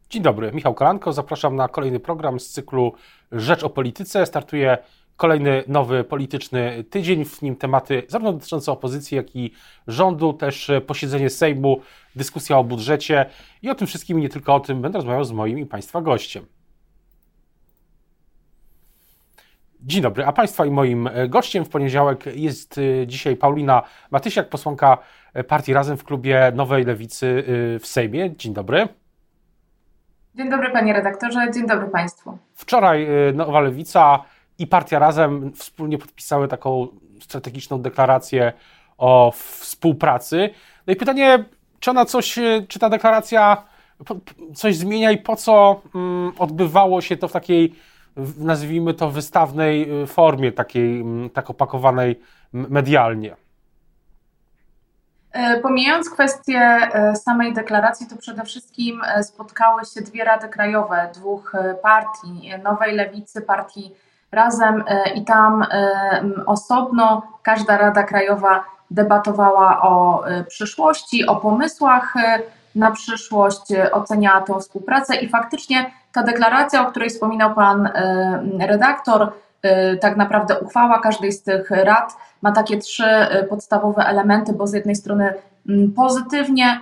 Dzień dobry, Michał Kolanko. Zapraszam na kolejny program z cyklu Rzecz o Polityce. Startuje kolejny nowy polityczny tydzień, w nim tematy zarówno dotyczące opozycji, jak i rządu, też posiedzenie Sejmu, dyskusja o budżecie i o tym wszystkim i nie tylko o tym będę rozmawiał z moim i Państwa gościem. Dzień dobry, a Państwa i moim gościem w poniedziałek jest dzisiaj Paulina Matysiak, posłanka partii Razem w klubie Nowej Lewicy w Sejmie. Dzień dobry. Dzień dobry panie redaktorze, dzień dobry państwu. Wczoraj Nowa Lewica i Partia Razem wspólnie podpisały taką strategiczną deklarację o współpracy. No i pytanie, czy ta deklaracja coś zmienia i po co odbywało się to w takiej, nazwijmy to, wystawnej formie, takiej tak opakowanej medialnie? Pomijając kwestię samej deklaracji, to przede wszystkim spotkały się dwie rady krajowe dwóch partii, Nowej Lewicy, Partii Razem i tam osobno każda rada krajowa debatowała o przyszłości, o pomysłach na przyszłość, oceniała tę współpracę i faktycznie ta deklaracja, o której wspominał pan redaktor, tak naprawdę uchwała każdej z tych rad ma takie trzy podstawowe elementy, bo z jednej strony pozytywnie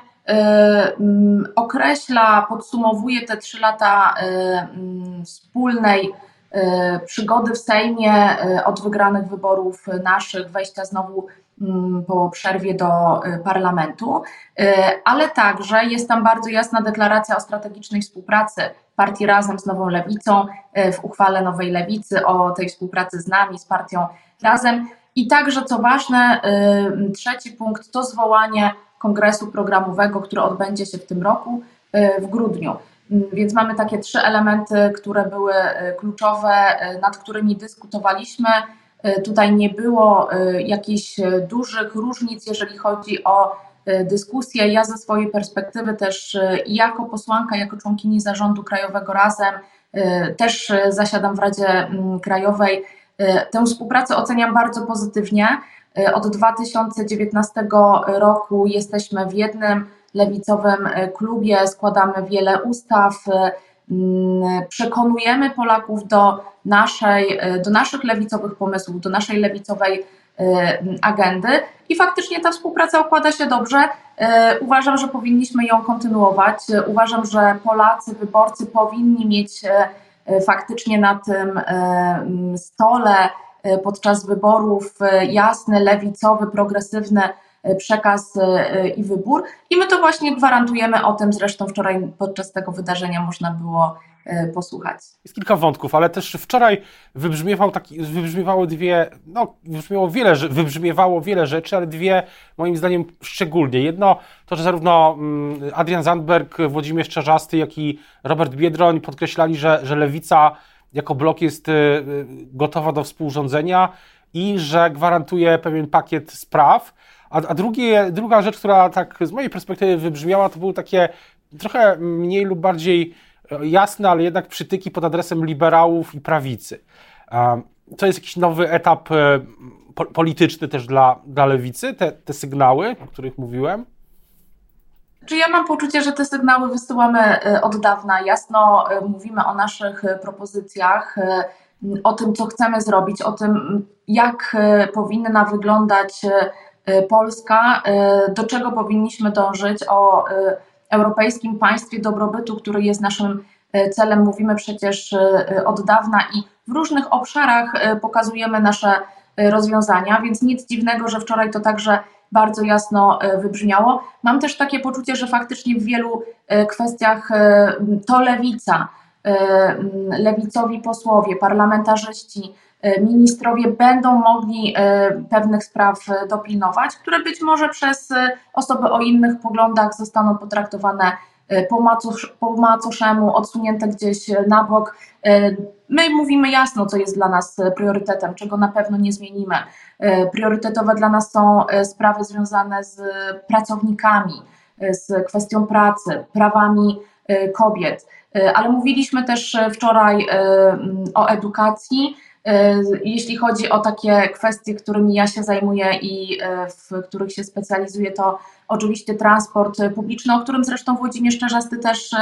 określa, podsumowuje te 3 lata wspólnej przygody w Sejmie od wygranych wyborów naszych, wejścia znowu po przerwie do parlamentu, ale także jest tam bardzo jasna deklaracja o strategicznej współpracy Partii Razem z Nową Lewicą, w uchwale Nowej Lewicy o tej współpracy z nami, z Partią Razem i także, co ważne, trzeci punkt to zwołanie kongresu programowego, który odbędzie się w tym roku w grudniu. Więc mamy takie 3 elementy, które były kluczowe, nad którymi dyskutowaliśmy. Tutaj nie było jakichś dużych różnic, jeżeli chodzi o dyskusję. Ja ze swojej perspektywy też jako posłanka, jako członkini zarządu krajowego Razem, też zasiadam w Radzie Krajowej. Tę współpracę oceniam bardzo pozytywnie. Od 2019 roku jesteśmy w jednym lewicowym klubie, składamy wiele ustaw, przekonujemy Polaków do naszych lewicowych pomysłów, do naszej lewicowej agendy i faktycznie ta współpraca układa się dobrze. Uważam, że powinniśmy ją kontynuować. Uważam, że Polacy, wyborcy powinni mieć faktycznie na tym stole podczas wyborów jasny, lewicowy, progresywny przekaz i wybór. I my to właśnie gwarantujemy, o tym zresztą wczoraj podczas tego wydarzenia można było posłuchać. Jest kilka wątków, ale też wczoraj wybrzmiewało wiele rzeczy, ale dwie moim zdaniem szczególnie. Jedno to, że zarówno Adrian Zandberg, Włodzimierz Czarzasty, jak i Robert Biedroń podkreślali, że Lewica jako blok jest gotowa do współrządzenia i że gwarantuje pewien pakiet spraw. A druga rzecz, która tak z mojej perspektywy wybrzmiała, to były takie trochę mniej lub bardziej jasne, ale jednak przytyki pod adresem liberałów i prawicy. To jest jakiś nowy etap polityczny też dla Lewicy, te sygnały, o których mówiłem? Czy ja mam poczucie, że te sygnały wysyłamy od dawna. Jasno mówimy o naszych propozycjach, o tym, co chcemy zrobić, o tym, jak powinna wyglądać Polska, do czego powinniśmy dążyć, o europejskim państwie dobrobytu, który jest naszym celem, mówimy przecież od dawna i w różnych obszarach pokazujemy nasze rozwiązania, więc nic dziwnego, że wczoraj to także bardzo jasno wybrzmiało. Mam też takie poczucie, że faktycznie w wielu kwestiach to lewica, lewicowi posłowie, parlamentarzyści, ministrowie będą mogli pewnych spraw dopilnować, które być może przez osoby o innych poglądach zostaną potraktowane po macoszemu, odsunięte gdzieś na bok. My mówimy jasno, co jest dla nas priorytetem, czego na pewno nie zmienimy. Priorytetowe dla nas są sprawy związane z pracownikami, z kwestią pracy, prawami kobiet, ale mówiliśmy też wczoraj o edukacji. Jeśli chodzi o takie kwestie, którymi ja się zajmuję i w których się specjalizuję, to oczywiście transport publiczny, o którym zresztą Włodzimierz Czarzasty też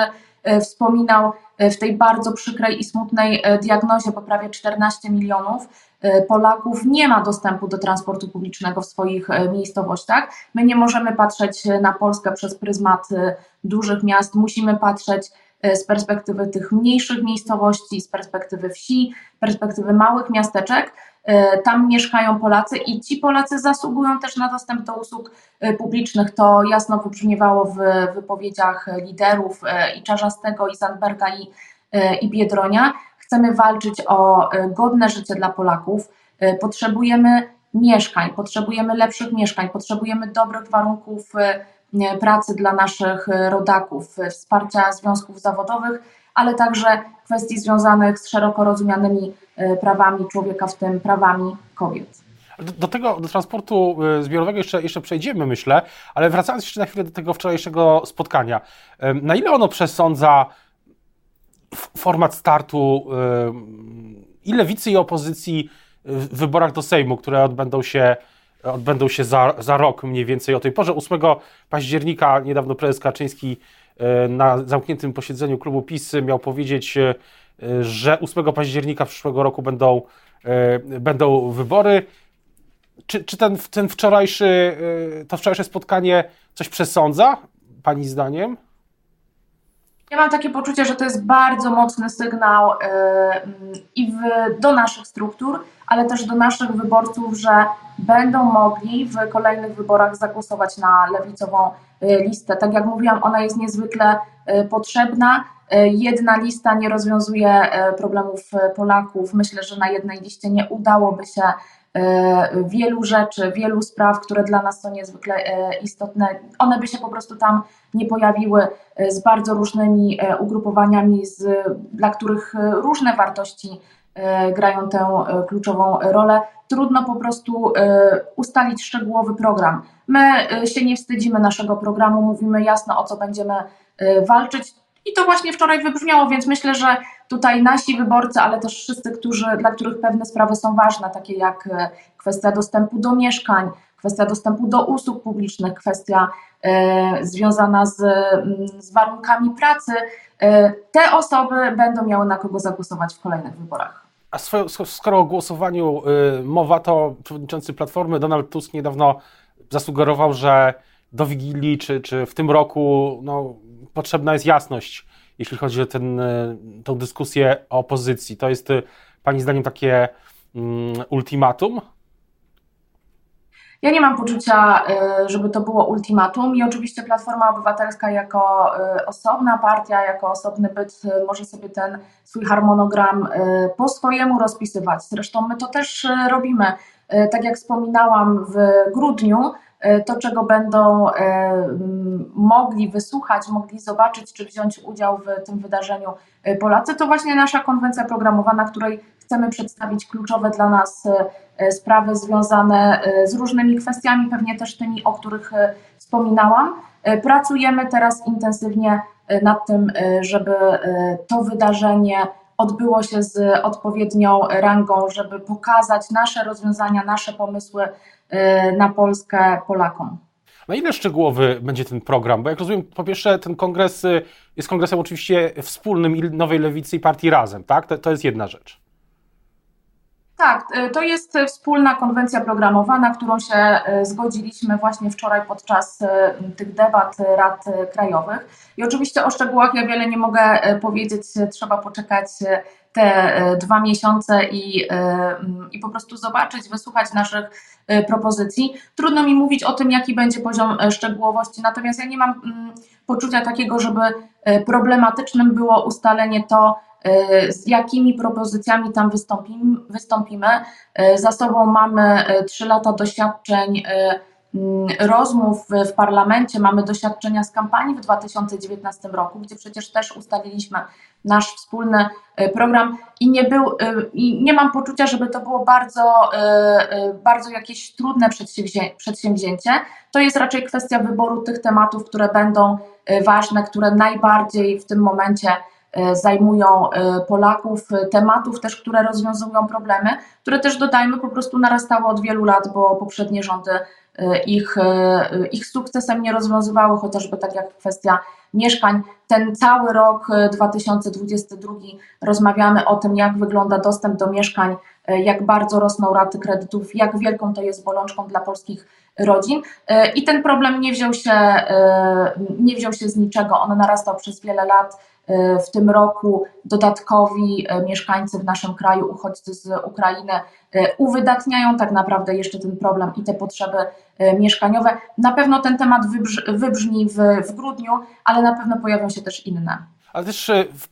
wspominał, w tej bardzo przykrej i smutnej diagnozie, bo prawie 14 milionów Polaków nie ma dostępu do transportu publicznego w swoich miejscowościach. My nie możemy patrzeć na Polskę przez pryzmat dużych miast, musimy patrzeć z perspektywy tych mniejszych miejscowości, z perspektywy wsi, perspektywy małych miasteczek. Tam mieszkają Polacy i ci Polacy zasługują też na dostęp do usług publicznych. To jasno wybrzmiewało w wypowiedziach liderów i Czarzastego, i Zandberga, i Biedronia. Chcemy walczyć o godne życie dla Polaków. Potrzebujemy mieszkań, potrzebujemy lepszych mieszkań, potrzebujemy dobrych warunków pracy dla naszych rodaków, wsparcia związków zawodowych, ale także kwestii związanych z szeroko rozumianymi prawami człowieka, w tym prawami kobiet. Do transportu zbiorowego jeszcze przejdziemy, myślę, ale wracając jeszcze na chwilę do tego wczorajszego spotkania. Na ile ono przesądza format startu i lewicy, i opozycji w wyborach do Sejmu, które odbędą się za rok mniej więcej o tej porze. 8 października niedawno prezes Kaczyński na zamkniętym posiedzeniu klubu PiS miał powiedzieć, że 8 października przyszłego roku będą wybory. Czy to wczorajsze spotkanie coś przesądza, pani zdaniem? Ja mam takie poczucie, że to jest bardzo mocny sygnał do naszych struktur, ale też do naszych wyborców, że będą mogli w kolejnych wyborach zagłosować na lewicową listę. Tak jak mówiłam, ona jest niezwykle potrzebna. Jedna lista nie rozwiązuje problemów Polaków. Myślę, że na jednej liście nie udałoby się wielu rzeczy, wielu spraw, które dla nas są niezwykle istotne. One by się po prostu tam nie pojawiły, z bardzo różnymi ugrupowaniami, dla których różne wartości grają tę kluczową rolę. Trudno po prostu ustalić szczegółowy program. My się nie wstydzimy naszego programu, mówimy jasno, o co będziemy walczyć. I to właśnie wczoraj wybrzmiało, więc myślę, że tutaj nasi wyborcy, ale też wszyscy, dla których pewne sprawy są ważne, takie jak kwestia dostępu do mieszkań, kwestia dostępu do usług publicznych, kwestia związana z warunkami pracy, te osoby będą miały na kogo zagłosować w kolejnych wyborach. A skoro o głosowaniu mowa, to przewodniczący Platformy Donald Tusk niedawno zasugerował, że do Wigilii czy w tym roku potrzebna jest jasność, jeśli chodzi o tą dyskusję o opozycji. To jest pani zdaniem takie ultimatum? Ja nie mam poczucia, żeby to było ultimatum i oczywiście Platforma Obywatelska jako osobna partia, jako osobny byt może sobie ten swój harmonogram po swojemu rozpisywać. Zresztą my to też robimy. Tak jak wspominałam w grudniu, to, czego będą mogli wysłuchać, mogli zobaczyć, czy wziąć udział w tym wydarzeniu Polacy, to właśnie nasza konwencja programowa, na której chcemy przedstawić kluczowe dla nas sprawy związane z różnymi kwestiami, pewnie też tymi, o których wspominałam. Pracujemy teraz intensywnie nad tym, żeby to wydarzenie odbyło się z odpowiednią rangą, żeby pokazać nasze rozwiązania, nasze pomysły na Polskę Polakom. Na ile szczegółowy będzie ten program? Bo jak rozumiem, po pierwsze ten kongres jest kongresem oczywiście wspólnym i Nowej Lewicy i Partii Razem, tak? To jest jedna rzecz. Tak, to jest wspólna konwencja programowa, na którą się zgodziliśmy właśnie wczoraj podczas tych debat rad krajowych. I oczywiście o szczegółach ja wiele nie mogę powiedzieć, trzeba poczekać te 2 miesiące i po prostu zobaczyć, wysłuchać naszych propozycji. Trudno mi mówić o tym, jaki będzie poziom szczegółowości, natomiast ja nie mam poczucia takiego, żeby problematycznym było ustalenie to, z jakimi propozycjami tam wystąpimy. Za sobą mamy 3 lata doświadczeń, rozmów w parlamencie, mamy doświadczenia z kampanii w 2019 roku, gdzie przecież też ustaliliśmy nasz wspólny program i nie mam poczucia, żeby to było bardzo jakieś trudne przedsięwzięcie. To jest raczej kwestia wyboru tych tematów, które będą ważne, które najbardziej w tym momencie zajmują Polaków, tematów też, które rozwiązują problemy, które też, dodajmy, po prostu narastały od wielu lat, bo poprzednie rządy ich sukcesem nie rozwiązywały, chociażby tak jak kwestia mieszkań. Ten cały rok 2022 rozmawiamy o tym, jak wygląda dostęp do mieszkań, jak bardzo rosną raty kredytów, jak wielką to jest bolączką dla polskich rodzin. I ten problem nie wziął się z niczego, on narastał przez wiele lat. W tym roku dodatkowi mieszkańcy w naszym kraju, uchodźcy z Ukrainy, uwydatniają tak naprawdę jeszcze ten problem i te potrzeby mieszkaniowe. Na pewno ten temat wybrzmi w grudniu, ale na pewno pojawią się też inne. Ale też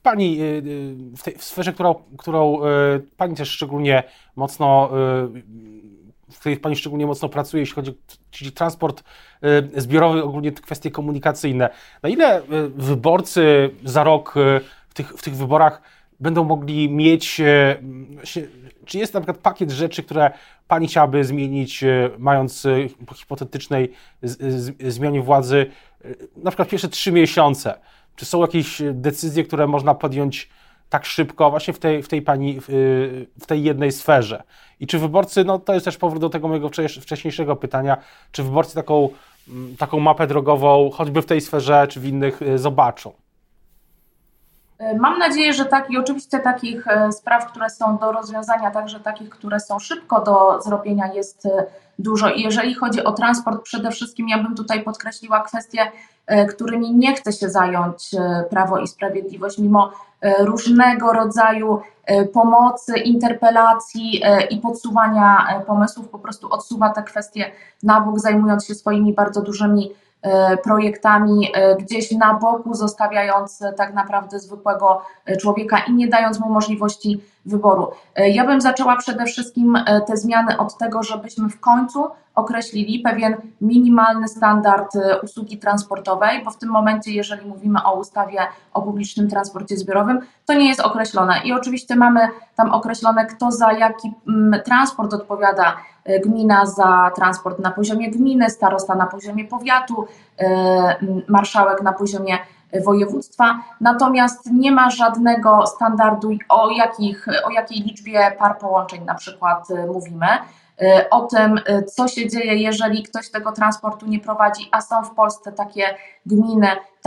w sferze, którą Pani też szczególnie mocno, w której Pani szczególnie mocno pracuje, jeśli chodzi o transport zbiorowy, ogólnie te kwestie komunikacyjne. Na ile wyborcy za rok w tych wyborach będą mogli mieć, czy jest na przykład pakiet rzeczy, które Pani chciałaby zmienić, mając po hipotetycznej zmianie władzy, na przykład pierwsze 3 miesiące? Czy są jakieś decyzje, które można podjąć tak szybko właśnie w tej jednej sferze? I czy wyborcy, no to jest też powrót do tego mojego wcześniejszego pytania, czy wyborcy taką mapę drogową, choćby w tej sferze, czy w innych, zobaczą? Mam nadzieję, że tak i oczywiście takich spraw, które są do rozwiązania, także takich, które są szybko do zrobienia, jest dużo. I jeżeli chodzi o transport, przede wszystkim ja bym tutaj podkreśliła kwestie, którymi nie chce się zająć Prawo i Sprawiedliwość, mimo różnego rodzaju pomocy, interpelacji i podsuwania pomysłów, po prostu odsuwa te kwestie na bok, zajmując się swoimi bardzo dużymi projektami gdzieś na boku, zostawiając tak naprawdę zwykłego człowieka i nie dając mu możliwości wyboru. Ja bym zaczęła przede wszystkim te zmiany od tego, żebyśmy w końcu określili pewien minimalny standard usługi transportowej, bo w tym momencie, jeżeli mówimy o ustawie o publicznym transporcie zbiorowym, to nie jest określone. I oczywiście mamy tam określone, kto za jaki transport odpowiada. Gmina za transport na poziomie gminy, starosta na poziomie powiatu, marszałek na poziomie województwa, natomiast nie ma żadnego standardu, o jakiej liczbie par połączeń na przykład mówimy, o tym, co się dzieje, jeżeli ktoś tego transportu nie prowadzi, a są w Polsce takie gminy,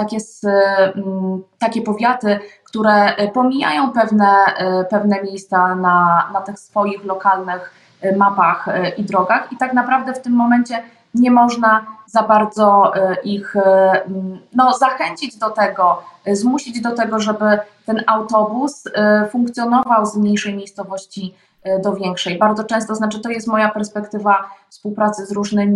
takie powiaty, które pomijają pewne miejsca na tych swoich lokalnych mapach i drogach i tak naprawdę w tym momencie nie można za bardzo ich zachęcić do tego, zmusić do tego, żeby ten autobus funkcjonował z mniejszej miejscowości do większej. Bardzo często, to jest moja perspektywa współpracy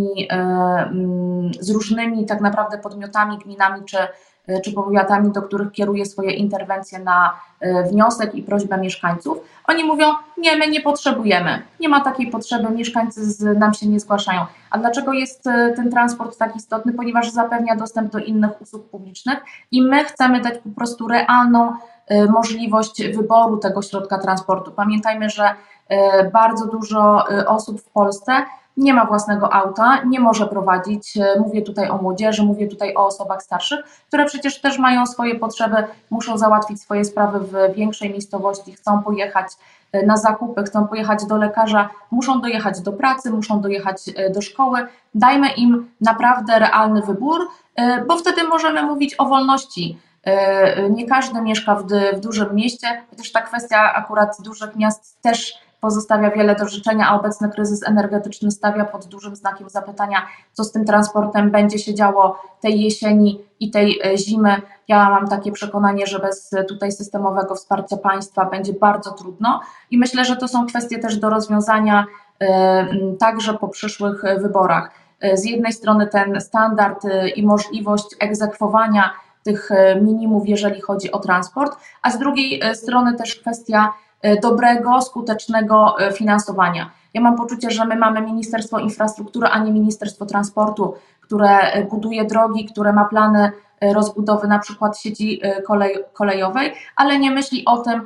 z różnymi tak naprawdę podmiotami, gminami czy powiatami, do których kieruję swoje interwencje na wniosek i prośbę mieszkańców. Oni mówią, nie, my nie potrzebujemy, nie ma takiej potrzeby, mieszkańcy nam się nie zgłaszają. A dlaczego jest ten transport tak istotny? Ponieważ zapewnia dostęp do innych usług publicznych i my chcemy dać po prostu realną możliwość wyboru tego środka transportu. Pamiętajmy, że bardzo dużo osób w Polsce nie ma własnego auta, nie może prowadzić. Mówię tutaj o młodzieży, mówię tutaj o osobach starszych, które przecież też mają swoje potrzeby, muszą załatwić swoje sprawy w większej miejscowości, chcą pojechać na zakupy, chcą pojechać do lekarza, muszą dojechać do pracy, muszą dojechać do szkoły. Dajmy im naprawdę realny wybór, bo wtedy możemy mówić o wolności. Nie każdy mieszka w dużym mieście, chociaż ta kwestia akurat dużych miast też pozostawia wiele do życzenia, a obecny kryzys energetyczny stawia pod dużym znakiem zapytania, co z tym transportem będzie się działo tej jesieni i tej zimy. Ja mam takie przekonanie, że bez tutaj systemowego wsparcia państwa będzie bardzo trudno i myślę, że to są kwestie też do rozwiązania także po przyszłych wyborach. Z jednej strony ten standard i możliwość egzekwowania tych minimów, jeżeli chodzi o transport, a z drugiej strony też kwestia dobrego, skutecznego finansowania. Ja mam poczucie, że my mamy Ministerstwo Infrastruktury, a nie Ministerstwo Transportu, które buduje drogi, które ma plany rozbudowy na przykład sieci kolejowej, ale nie myśli o tym,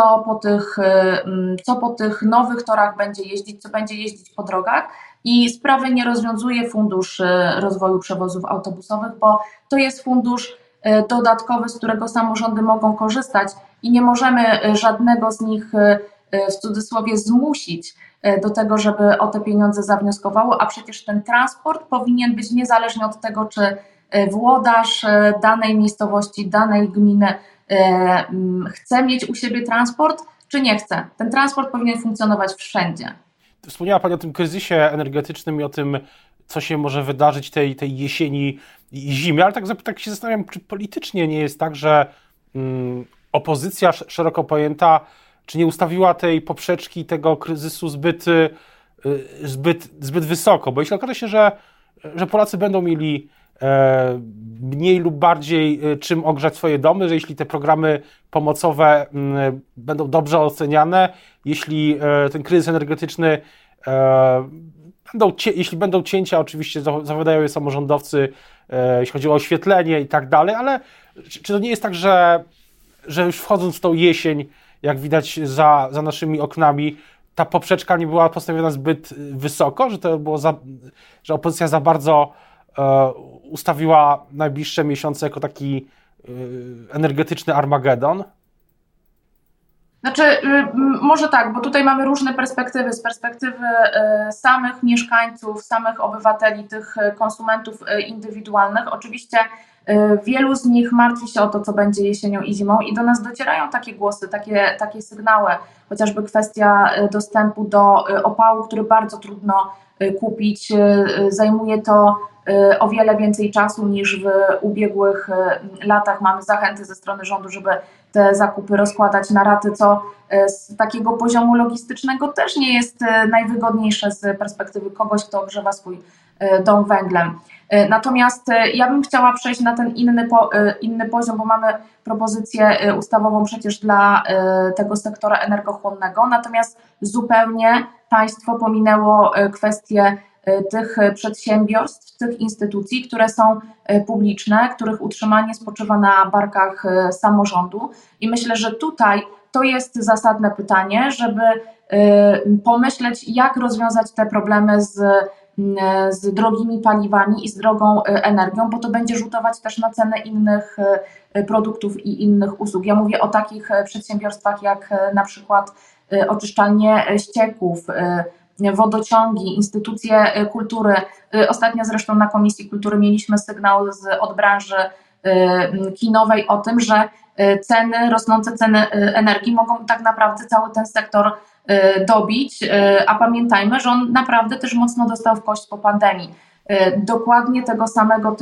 co po tych nowych torach będzie jeździć, co będzie jeździć po drogach i sprawy nie rozwiązuje Fundusz Rozwoju Przewozów Autobusowych, bo to jest fundusz dodatkowy, z którego samorządy mogą korzystać i nie możemy żadnego z nich w cudzysłowie zmusić do tego, żeby o te pieniądze zawnioskowało, a przecież ten transport powinien być niezależnie od tego, czy włodarz danej miejscowości, danej gminy chce mieć u siebie transport, czy nie chce. Ten transport powinien funkcjonować wszędzie. Wspomniała Pani o tym kryzysie energetycznym i o tym, co się może wydarzyć tej jesieni i zimie, ale tak się zastanawiam, czy politycznie nie jest tak, że opozycja szeroko pojęta, czy nie ustawiła tej poprzeczki, tego kryzysu zbyt wysoko, bo jeśli okaże się, że Polacy będą mieli mniej lub bardziej czym ogrzać swoje domy, że jeśli te programy pomocowe będą dobrze oceniane, jeśli ten kryzys energetyczny jeśli będą cięcia, oczywiście zawiadają je samorządowcy, jeśli chodzi o oświetlenie i tak dalej, ale czy to nie jest tak, że już wchodząc w tą jesień, jak widać za naszymi oknami, ta poprzeczka nie była postawiona zbyt wysoko, że to było że opozycja za bardzo ustawiła najbliższe miesiące jako taki energetyczny Armagedon? Znaczy, może tak, bo tutaj mamy różne perspektywy. Z perspektywy samych mieszkańców, samych obywateli, tych konsumentów indywidualnych. Oczywiście wielu z nich martwi się o to, co będzie jesienią i zimą i do nas docierają takie głosy, takie sygnały, chociażby kwestia dostępu do opału, który bardzo trudno kupić. Zajmuje to o wiele więcej czasu niż w ubiegłych latach. Mamy zachęty ze strony rządu, żeby te zakupy rozkładać na raty, co z takiego poziomu logistycznego też nie jest najwygodniejsze z perspektywy kogoś, kto ogrzewa swój dom węglem. Natomiast ja bym chciała przejść na ten inny poziom, bo mamy propozycję ustawową przecież dla tego sektora energochłonnego, natomiast zupełnie państwo pominęło kwestię tych przedsiębiorstw, tych instytucji, które są publiczne, których utrzymanie spoczywa na barkach samorządu i myślę, że tutaj to jest zasadne pytanie, żeby pomyśleć, jak rozwiązać te problemy z drogimi paliwami i z drogą energią, bo to będzie rzutować też na cenę innych produktów i innych usług. Ja mówię o takich przedsiębiorstwach jak na przykład oczyszczalnie ścieków, wodociągi, instytucje kultury. Ostatnio zresztą na Komisji Kultury mieliśmy sygnał od branży kinowej o tym, że rosnące ceny energii mogą tak naprawdę cały ten sektor dobić, a pamiętajmy, że on naprawdę też mocno dostał w kość po pandemii. Dokładnie tego samego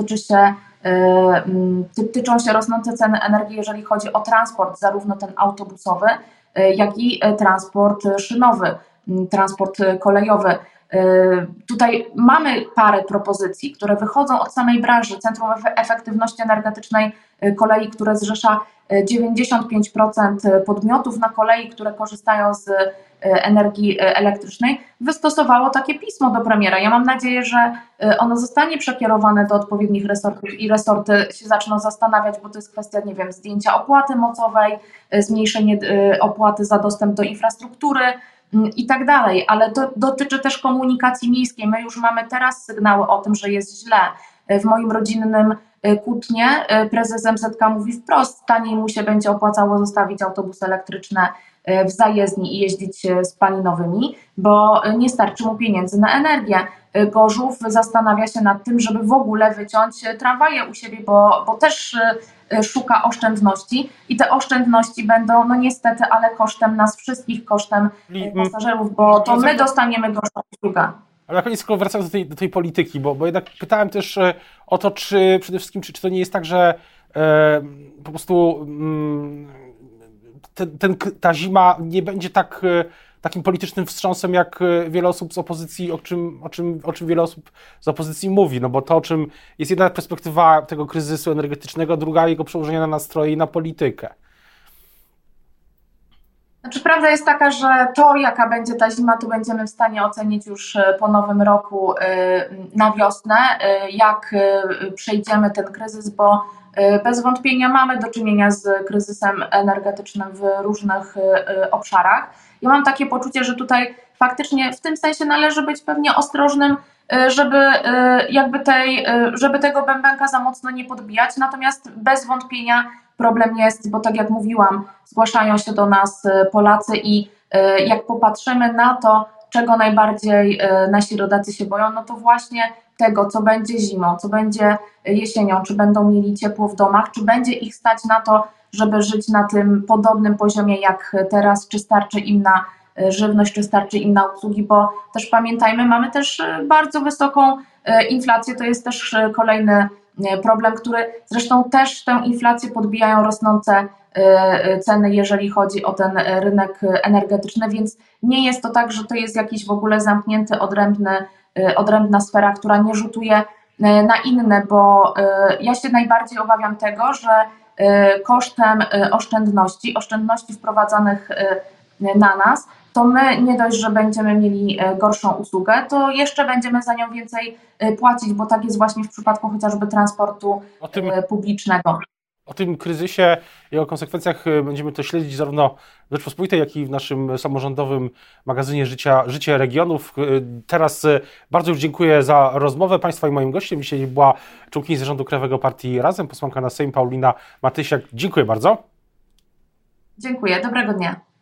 tyczą się rosnące ceny energii, jeżeli chodzi o transport, zarówno ten autobusowy, jak i transport szynowy, transport kolejowy. Tutaj mamy parę propozycji, które wychodzą od samej branży. Centrum Efektywności Energetycznej Kolei, które zrzesza 95% podmiotów na kolei, które korzystają z energii elektrycznej, wystosowało takie pismo do premiera. Ja mam nadzieję, że ono zostanie przekierowane do odpowiednich resortów i resorty się zaczną zastanawiać, bo to jest kwestia, nie wiem, zdjęcia opłaty mocowej, zmniejszenie opłaty za dostęp do infrastruktury i tak dalej, ale to dotyczy też komunikacji miejskiej. My już mamy teraz sygnały o tym, że jest źle. W moim rodzinnym Kutnie prezes MZK mówi wprost, taniej mu się będzie opłacało zostawić autobusy elektryczne w zajezdni i jeździć spalinowymi, bo nie starczy mu pieniędzy na energię. Gorzów zastanawia się nad tym, żeby w ogóle wyciąć tramwaje u siebie, bo też szuka oszczędności i te oszczędności będą, no niestety, ale kosztem nas wszystkich, kosztem pasażerów, bo to my dostaniemy gorszą usługę. Ale na koniec wracając do tej polityki, bo jednak pytałem też o to, czy przede wszystkim, czy to nie jest tak, że po prostu ta zima nie będzie takim politycznym wstrząsem, jak wiele osób z opozycji, o czym wiele osób z opozycji mówi, no bo to, o czym jest jedna perspektywa tego kryzysu energetycznego, druga jego przełożenia na nastroje i na politykę. Znaczy, prawda jest taka, że to, jaka będzie ta zima, to będziemy w stanie ocenić już po nowym roku na wiosnę, jak przejdziemy ten kryzys, bo bez wątpienia mamy do czynienia z kryzysem energetycznym w różnych obszarach. Ja mam takie poczucie, że tutaj faktycznie w tym sensie należy być pewnie ostrożnym, żeby tego bębenka za mocno nie podbijać, natomiast bez wątpienia problem jest, bo tak jak mówiłam, zgłaszają się do nas Polacy i jak popatrzymy na to, czego najbardziej nasi rodacy się boją, no to właśnie tego, co będzie zimą, co będzie jesienią, czy będą mieli ciepło w domach, czy będzie ich stać na to, żeby żyć na tym podobnym poziomie jak teraz, czy starczy im na żywność, czy starczy im na usługi, bo też pamiętajmy, mamy też bardzo wysoką inflację, to jest też kolejny problem, który zresztą też tę inflację podbijają rosnące ceny, jeżeli chodzi o ten rynek energetyczny, więc nie jest to tak, że to jest jakiś w ogóle zamknięty, odrębna sfera, która nie rzutuje na inne, bo ja się najbardziej obawiam tego, że kosztem oszczędności wprowadzanych na nas, to my nie dość, że będziemy mieli gorszą usługę, to jeszcze będziemy za nią więcej płacić, bo tak jest właśnie w przypadku chociażby transportu publicznego. O tym kryzysie i o konsekwencjach będziemy to śledzić zarówno w Rzeczpospolitej, jak i w naszym samorządowym magazynie Życie Regionów. Teraz bardzo już dziękuję za rozmowę. Państwa i moim gościem dzisiaj była członkini zarządu Krajowego Partii Razem, posłanka na Sejm Paulina Matysiak. Dziękuję bardzo. Dziękuję, dobrego dnia.